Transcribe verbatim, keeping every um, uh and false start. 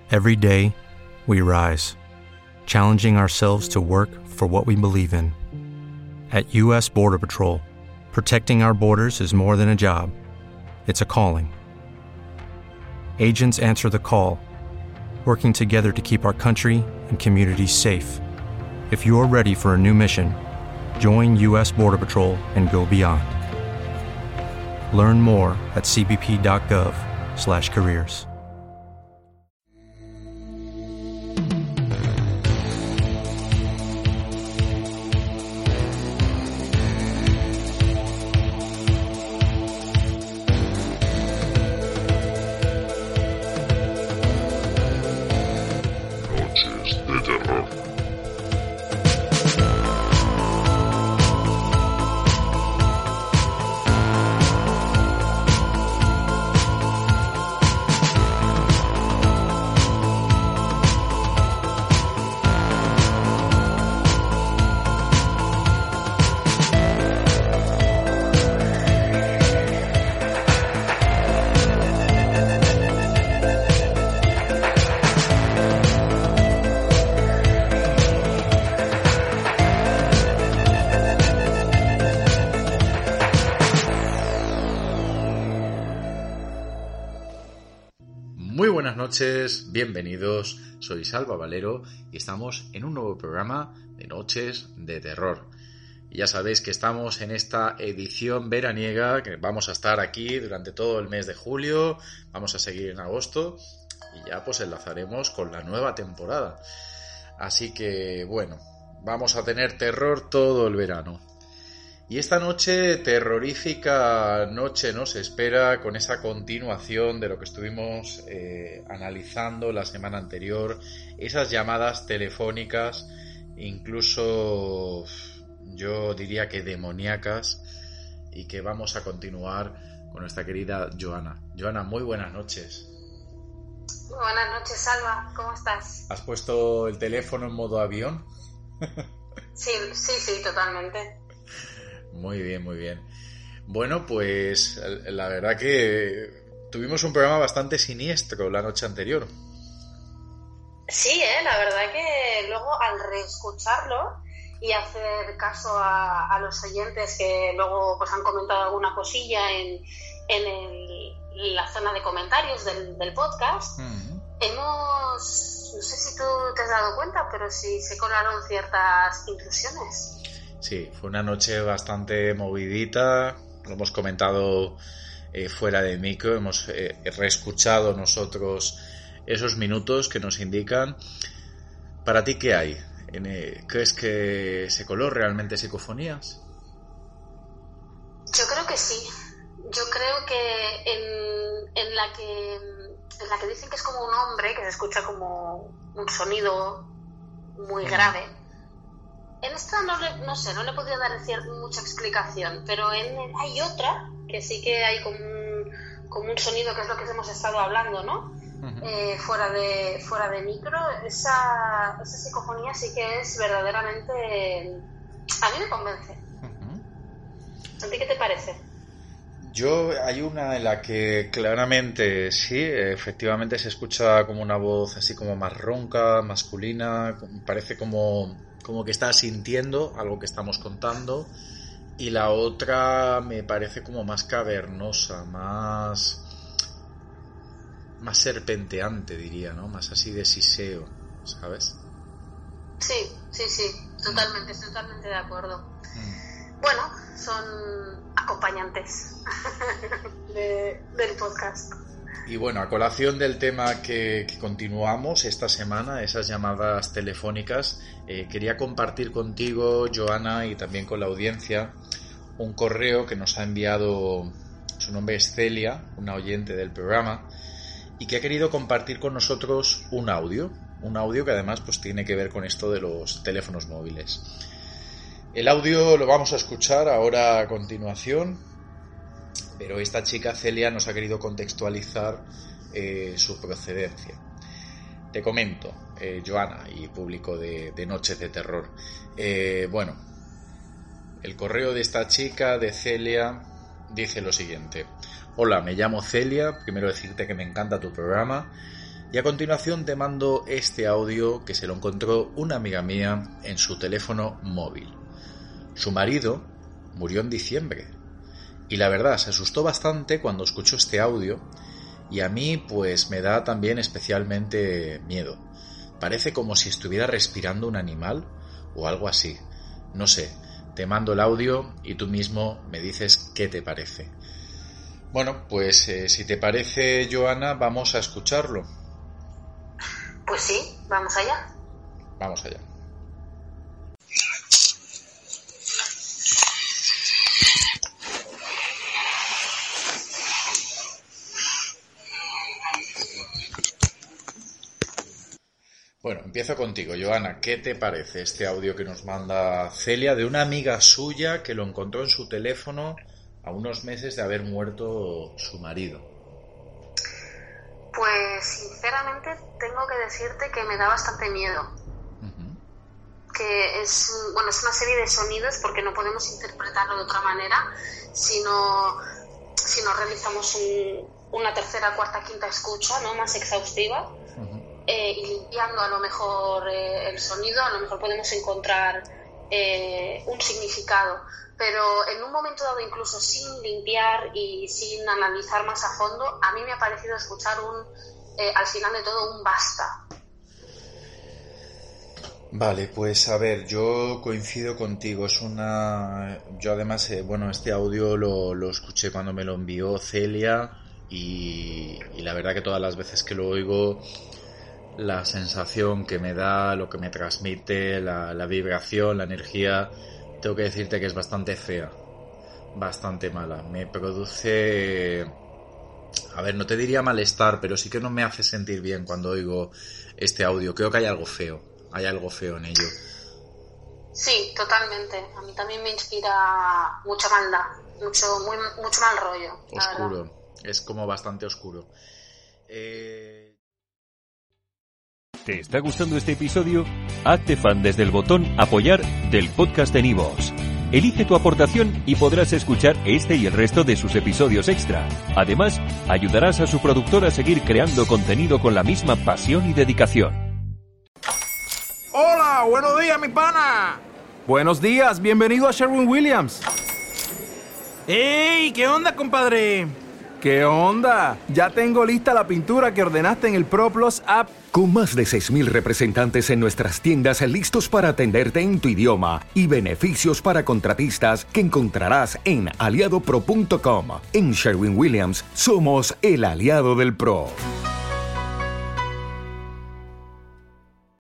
Every day, we rise, challenging ourselves to work for what we believe in. At U S Border Patrol, protecting our borders is more than a job. It's a calling. Agents answer the call, working together to keep our country and communities safe. If you're ready for a new mission, join U S Border Patrol and go beyond. Learn more at c b p dot gov slash careers. Buenas noches, bienvenidos, soy Salva Valero y estamos en un nuevo programa de Noches de Terror. Y ya sabéis que estamos en esta edición veraniega, que vamos a estar aquí durante todo el mes de julio, vamos a seguir en agosto y ya pues enlazaremos con la nueva temporada. Así que bueno, vamos a tener terror todo el verano. Y esta noche, terrorífica noche, nos espera con esa continuación de lo que estuvimos eh, analizando la semana anterior, esas llamadas telefónicas, incluso yo diría que demoníacas, y que vamos a continuar con nuestra querida Joana. Joana, muy buenas noches. Buenas noches, Salva, ¿cómo estás? ¿Has puesto el teléfono en modo avión? Sí, sí, sí, totalmente. Muy bien, muy bien. Bueno, pues la verdad que tuvimos un programa bastante siniestro la noche anterior. Sí, ¿eh? La verdad que luego al reescucharlo y hacer caso a, a los oyentes que luego pues han comentado alguna cosilla en, en el, la zona de comentarios del, del podcast, uh-huh. hemos, no sé si tú te has dado cuenta, pero sí se colaron ciertas intrusiones. Sí, fue una noche bastante movidita, lo hemos comentado eh, fuera de micro, hemos eh, reescuchado nosotros esos minutos que nos indican. ¿Para ti qué hay? ¿Crees que se coló realmente psicofonías? Yo creo que sí. Yo creo que en, en, la que en la que dicen que es como un hombre, que se escucha como un sonido muy grave. En esta no, le, no sé, no le podría dar mucha explicación, pero en, hay otra que sí que hay como un, como un sonido, que es lo que hemos estado hablando, ¿no? Uh-huh. Eh, fuera de fuera de micro. Esa, esa psicofonía sí que es verdaderamente... A mí me convence. Uh-huh. ¿A ti qué te parece? Yo, hay una en la que claramente sí, efectivamente se escucha como una voz así como más ronca, masculina, parece como... como que está sintiendo algo que estamos contando, y la otra me parece como más cavernosa, más más serpenteante, diría, ¿no? Más así de siseo, ¿sabes? Sí, sí, sí, totalmente, estoy totalmente de acuerdo. Mm. Bueno, son acompañantes de, del podcast. Y bueno, a colación del tema que, que continuamos esta semana, esas llamadas telefónicas, eh, quería compartir contigo, Joana, y también con la audiencia, un correo que nos ha enviado, su nombre es Celia, una oyente del programa, y que ha querido compartir con nosotros un audio, un audio que además pues tiene que ver con esto de los teléfonos móviles. El audio lo vamos a escuchar ahora a continuación, pero esta chica Celia nos ha querido contextualizar eh, su procedencia. Te comento, eh, Joana y público de, de Noches de Terror. Eh, bueno, el correo de esta chica, de Celia, dice lo siguiente. Hola, me llamo Celia. Primero decirte que me encanta tu programa Y a continuación te mando este audio que se lo encontró una amiga mía en su teléfono móvil. Su marido murió en diciembre y la verdad se asustó bastante cuando escuchó este audio y a mí pues me da también especialmente miedo. Parece como si estuviera respirando un animal o algo así. No sé, te mando el audio y tú mismo me dices qué te parece. Bueno, pues eh, si te parece, Joana, vamos a escucharlo. Pues sí, vamos allá. Vamos allá. Bueno, empiezo contigo, Joana. ¿Qué te parece este audio que nos manda Celia de una amiga suya que lo encontró en su teléfono a unos meses de haber muerto su marido? Pues sinceramente tengo que decirte que me da bastante miedo. Uh-huh. Que es, bueno, es una serie de sonidos porque no podemos interpretarlo de otra manera si no, si no realizamos un, una tercera, cuarta, quinta escucha, ¿no? Más exhaustiva. Uh-huh. eh, y limpiando a lo mejor eh, el sonido, a lo mejor podemos encontrar eh, un significado. Pero en un momento dado, incluso sin limpiar y sin analizar más a fondo, a mí me ha parecido escuchar un, eh, al final de todo, un basta. Vale, pues a ver, yo coincido contigo, es una... Yo además, eh, bueno, este audio lo, lo escuché cuando me lo envió Celia y, y la verdad que todas las veces que lo oigo, la sensación que me da, lo que me transmite, la, la vibración, la energía... Tengo que decirte que es bastante fea, bastante mala. Me produce, a ver, no te diría malestar, pero sí que no me hace sentir bien cuando oigo este audio. Creo que hay algo feo, hay algo feo en ello. Sí, totalmente. A mí también me inspira mucha maldad, mucho, muy, mucho mal rollo. Oscuro, es como bastante oscuro. Eh... ¿Te está gustando este episodio? Hazte fan desde el botón Apoyar del podcast de Nivos. Elige tu aportación y podrás escuchar este y el resto de sus episodios extra. Además, ayudarás a su productor a seguir creando contenido con la misma pasión y dedicación. ¡Hola! ¡Buenos días, mi pana! Buenos días, bienvenido a Sherwin-Williams. ¡Ey! ¿Qué onda, compadre? ¿Qué onda? Ya tengo lista la pintura que ordenaste en el ProPlus app. Con más de seis mil representantes en nuestras tiendas listos para atenderte en tu idioma y beneficios para contratistas que encontrarás en aliado pro punto com. En Sherwin-Williams somos el aliado del pro.